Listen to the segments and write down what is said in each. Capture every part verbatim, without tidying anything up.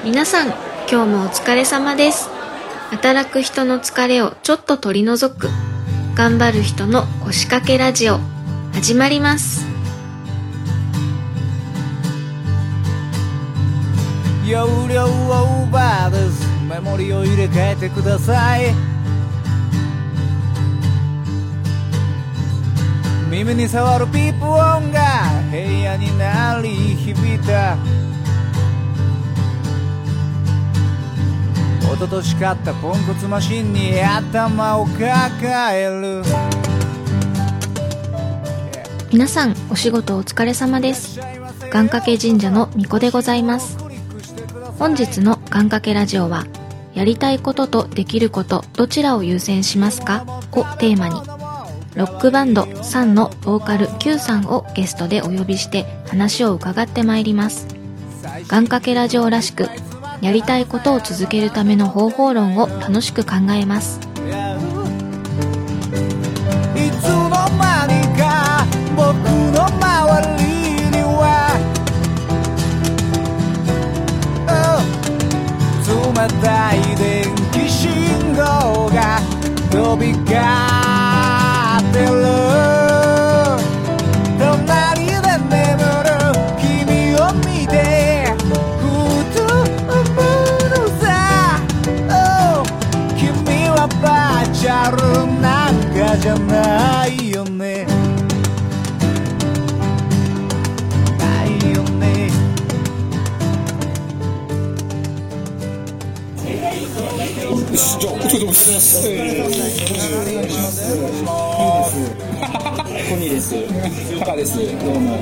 皆さん、今日もお疲れ様です。働く人の疲れをちょっと取り除く頑張る人の腰掛けラジオ始まります。 容量オーバーです。メモリを入れ替えてください。耳に触るピープ音が部屋に鳴り響いた。一昨年買ったポンコツマシンに頭を抱える。 皆さん、お仕事お疲れ様です。願掛け神社の巫女でございます。本日の願掛けラジオは、やりたいこととできることどちらを優先しますかをテーマに、ロックバンドサンのボーカル Q さんをゲストでお呼びして話を伺ってまいります。願掛けラジオらしく、やりたいことを続けるための方法論を楽しく考えます。 いつの間にか僕の周りには、oh、冷たい電気信号が飛び交ってる。隣で眠る君を見てバーチャルなんかじゃないよね。ないよね。 よし、じゃあお疲れ様です。コニーです。タカです。どうも。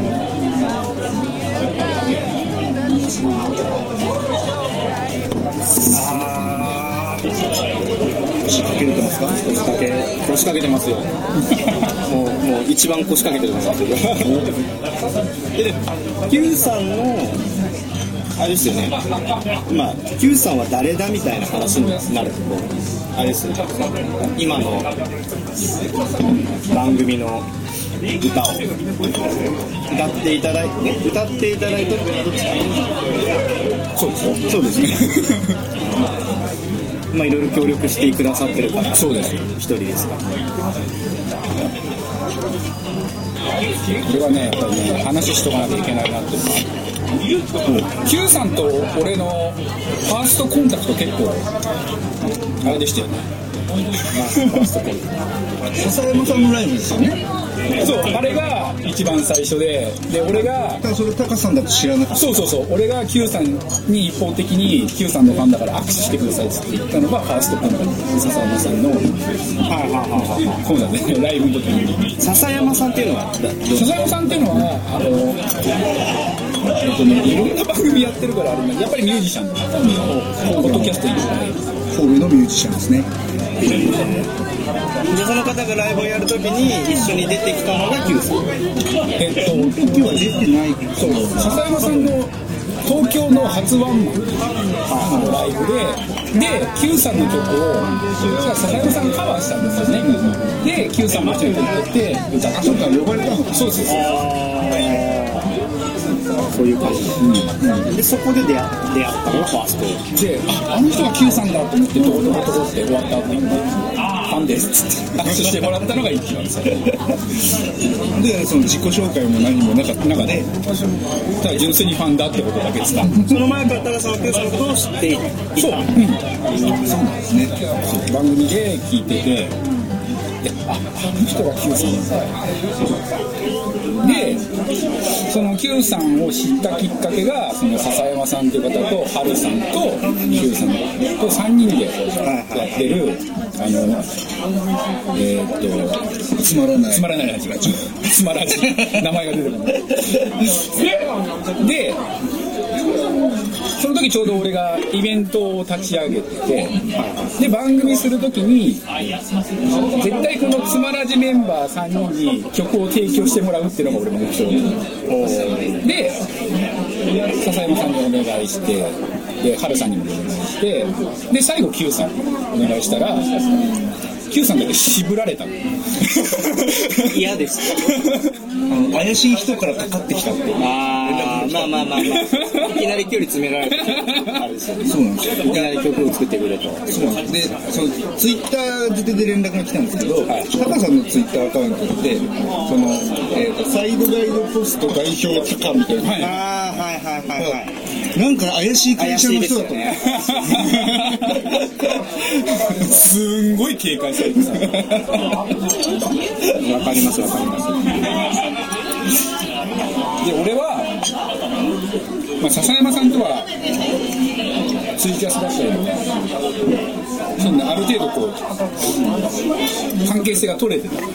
あー。腰掛けてますか？腰掛け腰掛けてますよ。もうもう一番腰掛けてるんですけど。で、Q さんのあれですよね。まあ Q さんは誰だみたいな話になるとあれですよ。今の番組の歌を歌っていただいて歌っていただいてそうですよ。そうですね。まあいろいろ協力してくださってるから、そうです一人ですから。これはね、やっぱりね、話しとかなきゃいけないなっていうのは、うん、Q さんと俺のファーストコンタクト結構あれでしたよね。ファーストコンタクト。笹山さんのライブですよね。そう、あれが一番最初で、で俺がそれタカさんだと知らなかった。そうそうそう、俺が Q さんに一方的に Q さんのファンだから握手してくださいって言ったのがファーストコンタクト、笹山さんのはいはいはいはいそうだね、ライブの時に。笹山さんっていうのは笹山さんっていうのはあのえっとね、いろんな番組やってるからあれやっぱりミュージシャンのポッドキャストいるから神戸のミュージシャンですね。でその方がライブをやるときに一緒に出てきたのが Q さん。えっと今日は出てないけど、そう笹山さんの東京の初ワンマンのライブでで Q さんの曲を笹山さんカバーしたんですよね。で Q さんも一緒に出て歌ったのが呼ばれたの。そうそうそう。そういう感じ、うんうん、でそこで出会ったのがファーストで、あ、あの人が Q さんだと思ってどこどこどこって終わった後にファンですっつって握手してもらったのが一番最初で、その自己紹介も何もなかった中でただ純粋にファンだってことだけ伝わる。その前からただその Q さんのことを知っていた。そう、うん、そうなんですね。番組で聞いてて、あ、あの人が Q さんだで、その Q さんを知ったきっかけがその笹山さんという方と春さんと Q さんとさんにんでやってるあのえー、っとつまらないつまらない味がつまらない名前が出てこないでその時ちょうど俺がイベントを立ち上げてて、で番組する時に絶対このつまらじメンバーさんにんに曲を提供してもらうっていうのが俺の目標で、笹山さんにお願いして、で春さんにもお願いして、で最後 Q さんにお願いしたら Q さんだけ渋られたの嫌ですあの怪しい人からかかってきたっていう。 あーまあまあまあまあいきなり距離詰められてあれですよね。 そうなんですよ。 いきなり曲を作ってくれと。 そうなんです。で、そのツイッター自体で連絡が来たんですけど、タカさんのツイッターアカウントってその、えーと、サイドガイドポスト代表タカみたいな、はい、 あーはいはいはいはい、 なんか怪しい会社の人だと思う、 ね、 すんごい警戒されてさわかりますわかります。 で俺は、まあ、笹山さんとはツイキャスだったりとかそんなある程度こう関係性が取れてたから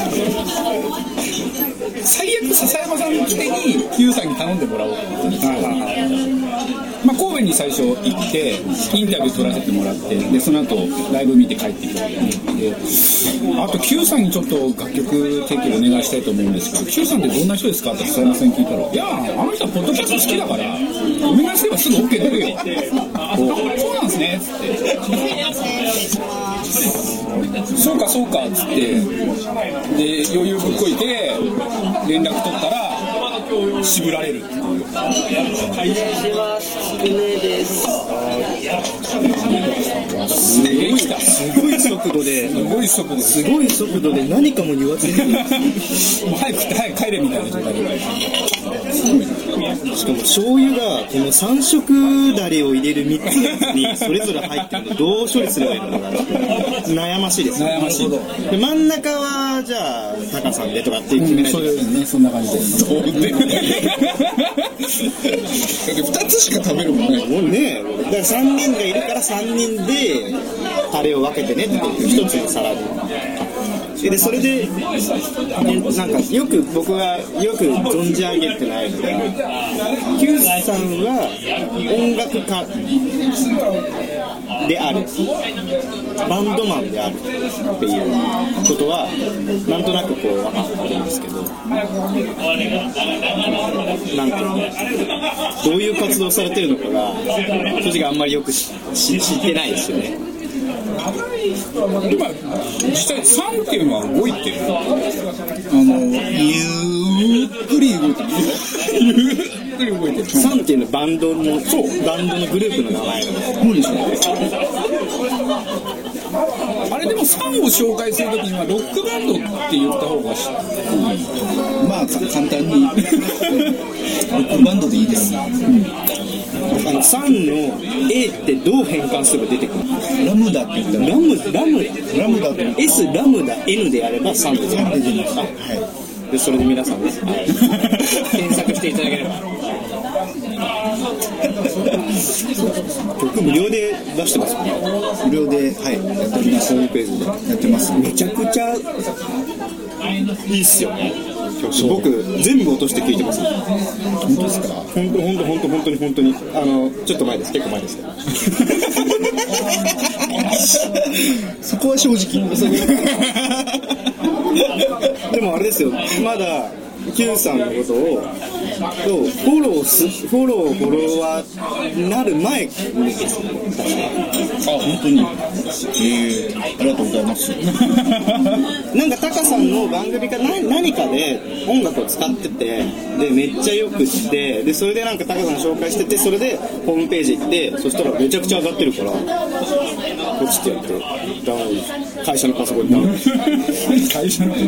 最悪笹山さんの来てに Q さんに頼んでもらおうと思って、まあ、神戸に最初行ってインタビュー取らせてもらってでその後ライブ見て帰ってきてであと Q さんにちょっと楽曲提供お願いしたいと思うんですけど Q さんってどんな人ですかって笹山さんに聞いたらいやあの人はポッドキャスト好きだからお願いすればすぐ OK 出るよってそうなんですねっつってそうかそうかっつってで余裕ぶっこいて連絡取ったら渋られるっていうすごいすごい速度ですごい速度すごい速度で何かも言わずにもう早く食って早く帰れみたいな状態でしかも醤油がこのさん色だれを入れるみっつのやつにそれぞれ入ってるのでどう処理すればいいのかなって悩ましいですね。 悩ましいで真ん中はじゃあタカさんでとかっていう決めないと、 うん、そうですねそんな感じでそうでだってふたつしか食べるもんね。 もうねだからさんにんがいるからさんにんでタレを分けてねっていう一つの皿ででそれでなんかよく僕がよく存じ上げてないのが Q さんは音楽家であるバンドマンであるっていうことはなんとなくこう分かってるんですけどなんかどういう活動されてるのかが正直あんまりよく 知, 知ってないですよね。 今実際さんっていうのは動いてるあのゆっくり動いてるゆっくり動いてるさんっていうのはバンドのそうバンドのグループの名前そうでしょあれでもさんを紹介するときにはロックバンドって言った方がし、 うん、まあ簡単にロックバンドでいいです、うんあのさんの A ってどう変換すれば出てくるラムダって言ったらラムラムラムダと S ラムダ N でやればさんですよね。 はいでそれで皆さんです、はい、検索していただければ曲無料で出してますよね。 無料ではいやっております。 ホームページでやってます。 めちゃくちゃいいっすよね。僕全部落として聴いてます。 本当ですか。 本当本当本当本当に本当にあのちょっと前です結構前ですけどそこは正直でもあれですよまだ Q さんのことをフォローすフォローフォロワーになる前ですよ。 あ本当にえー、ありがとうございますなんかタカさんの番組か何, 何かで音楽を使っててでめっちゃよくしてでそれでなんかタカさん紹介しててそれでホームページ行ってそしたらめちゃくちゃ上がってるからこっちってやってダウンロード会社のパソコンでダウンロード会社の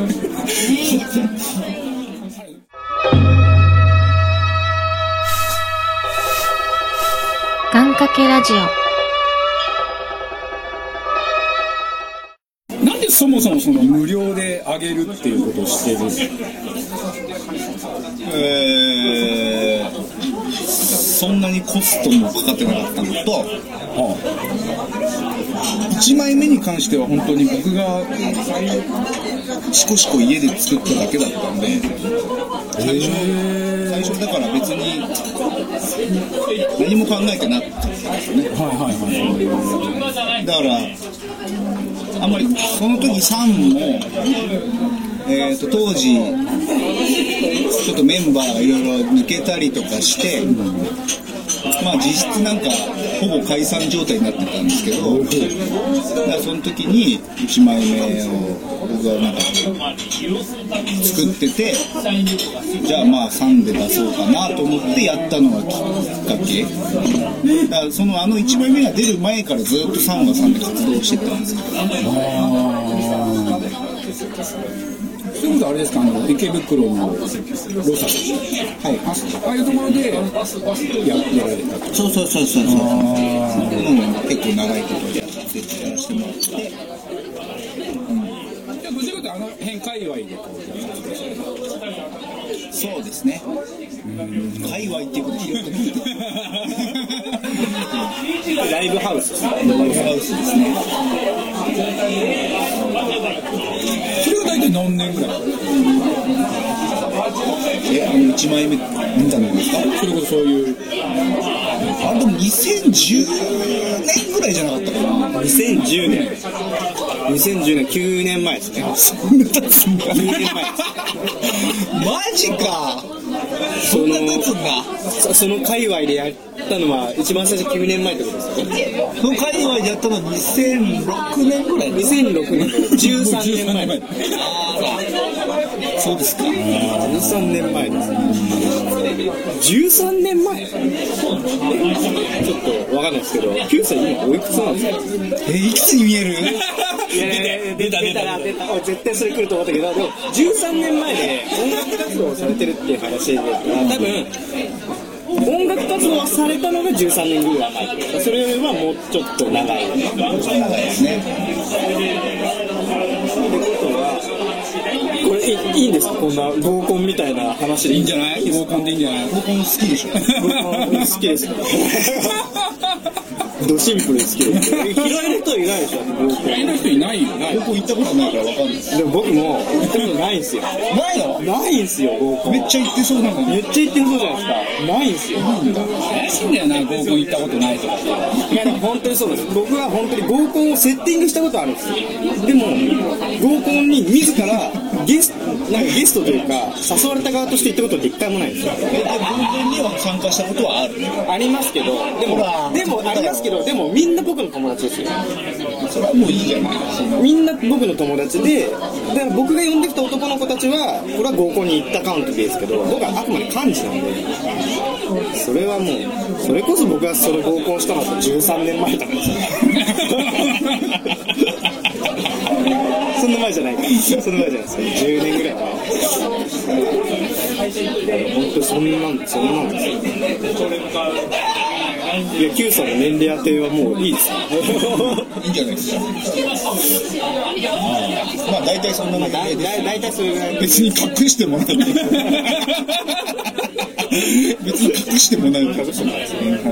願掛けラジオ。 なんでそもそもその無料であげるっていうことをしてるえー、そんなにコストもかかってなかったのと、いちまいめに関しては本当に僕がシコシコ家で作っただけだったんで最初最初だから別に何も考えてなかったんですよね。 はいはいはい。 だからあんまりその時さんも、えー、と当時ちょっとメンバーがいろいろ抜けたりとかして、 まあ実質なんかほぼ解散状態になってたんですけど、だからその時にいちまいめを僕はなんか作ってて、じゃあまあさんで出そうかなと思ってやったのがきっかけ。だからそのあのいちまいめが出る前からずっとさんはさんで活動してたんですけど。 そういうことあれですか、あの池袋のロサス、はい、ああいうところでや, やられたと。 そうそうそうそうそう。うん、結構長いことやってやらせてもらって。 うん、じゃあどちらかというとあの辺界隈でこうやってましたね。 そうですね。うん、界隈っていうこと広く聞いて。 ライブハウスですね。 ライブハウスですね。 それが大体何年ぐらい？ え、あのいちまいめ見たのですか？ それこそそういうあれでもにせんじゅうねんぐらいじゃなかったかな。 にせんじゅうねんにせんじゅうねんきゅうねんまえですね。 そんな経つんだ。 きゅうねんまえです。 マジか。 そのそんな経つんだ。 その界隈でやったのは一番最初きゅうねんまえってことですよね。 その界隈でやったのはにせんろくねんぐらい。 にせんろくねんじゅうさんねんまえ。 ああ、そうですか。 じゅうさんねんまえです。じゅうさんねんまえ？ちょっとわかんないですけど、きゅうさい今おいくつなんですか？ え、いくつに見える？ いやいやいや出た出た出た。絶対それ来ると思ったけど、でもじゅうさんねんまえで音楽活動をされてるっていう話で、多分音楽活動はされたのがじゅうさんねんぐらい前。それはもうちょっと長い。 もうちょっと長いですね。 ってことは、これいいんですか？こんな合コンみたいな話でいいんじゃない？合コンでいいんじゃない？ 合コン好きでしょ？ 合コン好きです。ドシンプルに好きです。嫌いな人いないでしょ？ 嫌いな人いないよ。 合コン行ったことないからわかんない。 でも僕も行ったことないんですよ。 ないの？ ないんですよ、合コン。 めっちゃ行ってそうなのに。 めっちゃ行ってるそうじゃないですか。ないんですよ。 怪しいんだよな、合コン行ったことないとかって。 いやでも本当にそうです。僕は本当に合コンをセッティングしたことあるんですよ。でも合コンに自らゲストなんかゲストというか誘われた側として行ったことって一回もないんですよ。 合コンには参加したことはある。 ありますけど、でもでもありますけど、でもみんな僕の友達ですよ。 それはもういいじゃない。 みんな僕の友達で、だから僕が呼んできた男の子たちはこれは合コンに行ったカウントですけど、僕はあくまで幹事なんで、それはもうそれこそ僕がその合コンしたのってじゅうさんねんまえとかですよ。そんな前じゃないか。そんな前じゃないですよ。じゅうねんぐらい前。本当にそんなんそんなんですよ。いや、Q さんの年齢当てはもういいですよ。 いいんじゃないですか。まあ大体そんなまあ、 年齢です。 だいたいそれぐらい。 別に隠してもらって別に隠してもらう隠してもらう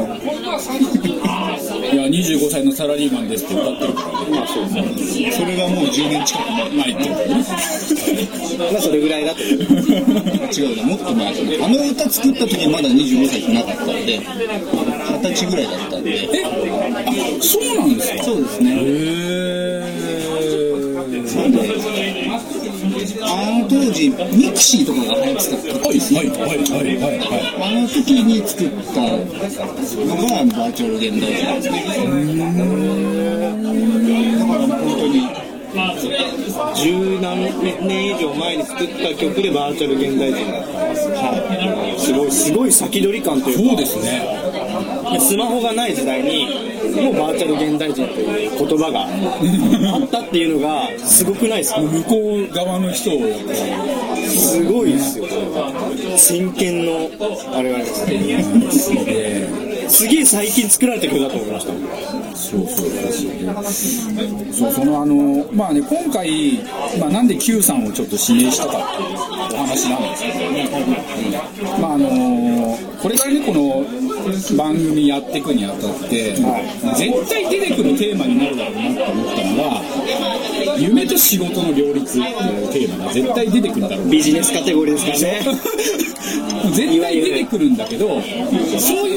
いや、にじゅうごさいのサラリーマンですって歌ってるからね。 まあそうですね。 それがもうじゅうねん近く前ってことね。 まあそれぐらいだと思う。 違うな、もっと前。あの歌作った時まだにじゅうごさいじゃなかったんで、はたちぐらいだったんで。 え、あ、そうなんですか？ そうですね。 へー。 あの当時ミクシーとかが流行ってた時ですね。 はいはいはいはいはい。 あの時に作ったのがバーチャル現代人ですね。だから本当に十何年以上前に作った曲でバーチャル現代人だったんです。はい。すごいすごい先取り感というか。 そうですね。 スマホがない時代にもうバーチャル現代人という言葉があったっていうのがすごくないですか？ 向こう側の人をやっぱりすごいですよ。先見のあれがありますね。 すげえ。 すげえ最近作られた曲だと思いました。 そうそうそう。そのあのまあね、今回まあなんで Q さんをちょっと指名したかっていうお話なんですけど、うん、まああのこれからねこの番組やっていくにあたって、はい、絶対出てくるテーマになるだろうなと思ったのは夢と仕事の両立っていうテーマが絶対出てくるだろう。 ビジネスカテゴリーですからね。 絶対出てくるんだけど、そういう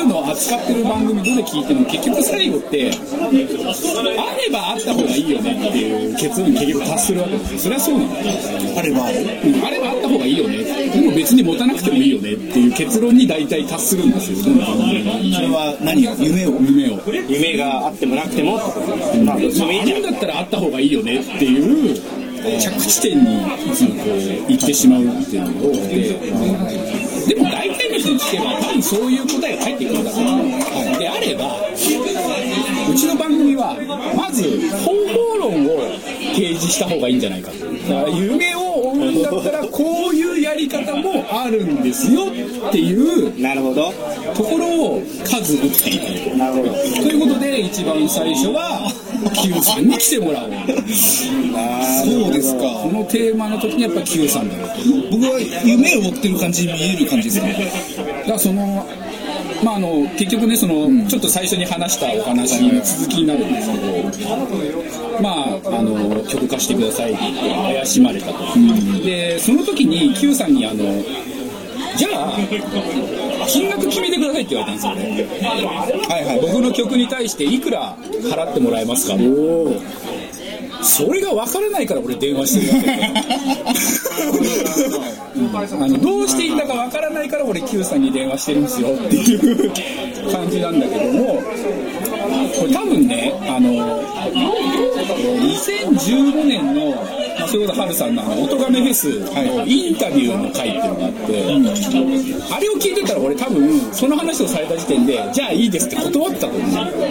いうのを扱ってる番組どれ聞いても結局最後ってあればあった方がいいよねっていう結論に結局達するわけですよ。それはそうなんだよ。 あればある、 うん、あればあった方がいいよね、でも別に持たなくてもいいよねっていう結論に大体達するんですよ。それは何を夢を夢を夢があってもなくても、まあ、それいいんじゃないあるんだったらあった方がいいよねっていう着地点にいつもこう行ってしまうっていうのが多くて、でも大体の人に聞けば多分そういう答えが返ってくるだろうであれば、うちの番組はまず方法論を提示した方がいいんじゃないか。だから夢を追うんだったらこういうやり方もあるんですよっていうなるほどところを数打っていく。 なるほど。 ということで一番最初は Q さんに来てもらおう。 そうですか。 このテーマの時にやっぱ Q さんだろうと。 僕は夢を追ってる感じに見える感じですか。 だからそのまああの結局ねその、うん、ちょっと最初に話したお話の続きになるんですけど、まああの曲貸してくださいって言って怪しまれたと、うん、でその時に Q さんにあのじゃあ金額決めてくださいって言われたんですよね。はいはい。僕の曲に対していくら払ってもらえますか。おそれが分からないから俺電話してるわけあのどうしていいんだか分からないから俺 Q さんに電話してるんですよっていう感じなんだけども、これ多分ねあのにせんじゅうごねんの、まあ、それこそハルさんのおとがめフェスのインタビューの回っていうのがあって、うん、あれを聞いてたら俺多分その話をされた時点でじゃあいいですって断ったと思う、うん、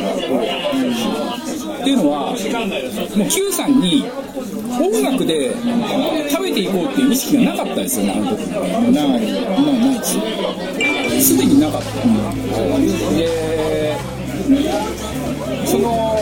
っていうのはもう Q さんに音楽で食べていこうっていう意識がなかったですよね、あの時に。ない、まあないです。すでになかった。うん、で、その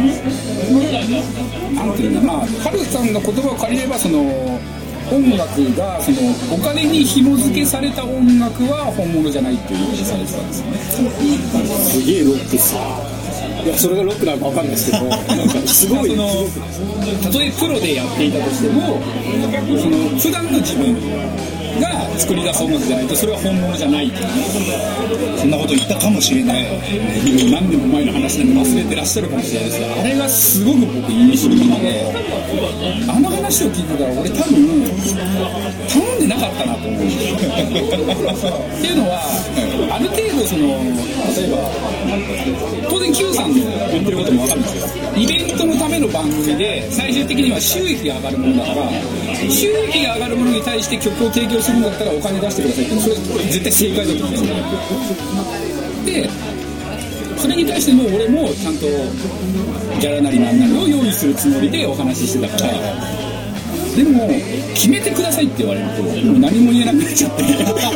なんていうの、まあハルさんの言葉を借りればその音楽がそのお金に紐付けされた音楽は本物じゃないっていう言い方されてたんですよね。 すげえロックっすよ。いやそれがロックなのか分かんないですけどなんかすごいそのたとえプロでやっていたとしてもその普段の自分が作り出す音楽じゃないとそれは本物じゃないってそんなこと言ったかもしれない。 何年も前の話なんで忘れてらっしゃるかもしれないですが、あれがすごく僕印象的で、あの話を聞いてたら俺多分頼んでなかったなと思うんですよっていうのはある程度その例えば当然 Q さんの言ってることも分かるんですけど、イベントのための番組で最終的には収益が上がるものだから、収益が上がるものに対して曲を提供するんだったらお金出してくださいってそれ絶対正解だと思うんですよ。でそれに対しても俺もちゃんとギャラなりなんなりを用意するつもりでお話ししてたから、でも決めてくださいって言われるともう何も言えなくなっちゃって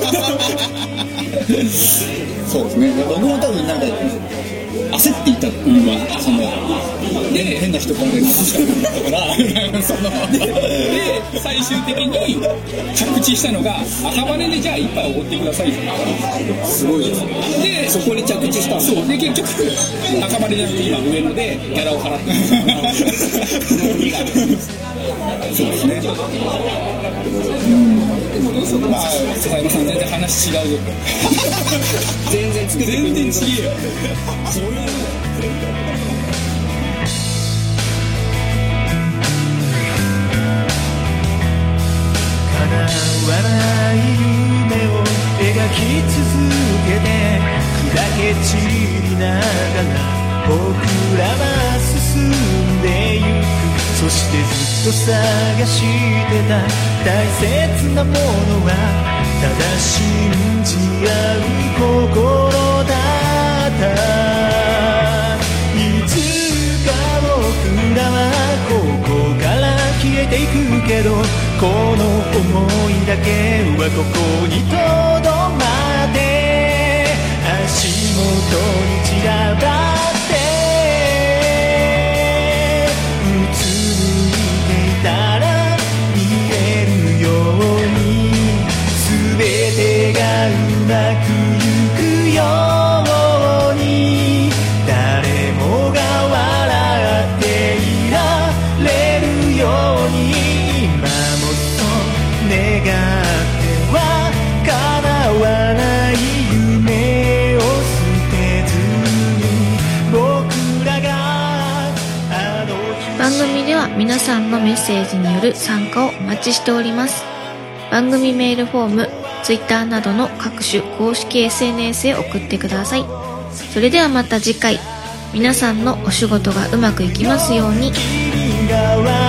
そうですね。僕も多分なんか焦っていたのはそので変な人から連絡したからそので最終的に着地したのが赤羽でじゃあ一杯おごってくださいってすごいですね。 でそこに着地したそうで結局赤羽じゃなくて今上野でギャラを払ってそうですね。うん、まあ笹山さん全然話違うぞ全然作ってくれる全然違えよ叶わない夢を描き続けて砕け散りながら僕らは進んでゆく。そしてずっと探してた大切なものはただ信じ合う心だった。いつか僕らはここから消えていくけどこの想いだけはここにとどまって足元に散らばってうつむいていたら見えるように全てがうまくいくように誰もが笑っていられるように今もそう願っては叶わない夢を捨て参加をお待ちしております。番組メールフォーム、Twitter などの各種公式 エスエヌエス へ送ってください。それではまた次回、皆さんのお仕事がうまくいきますように。 君が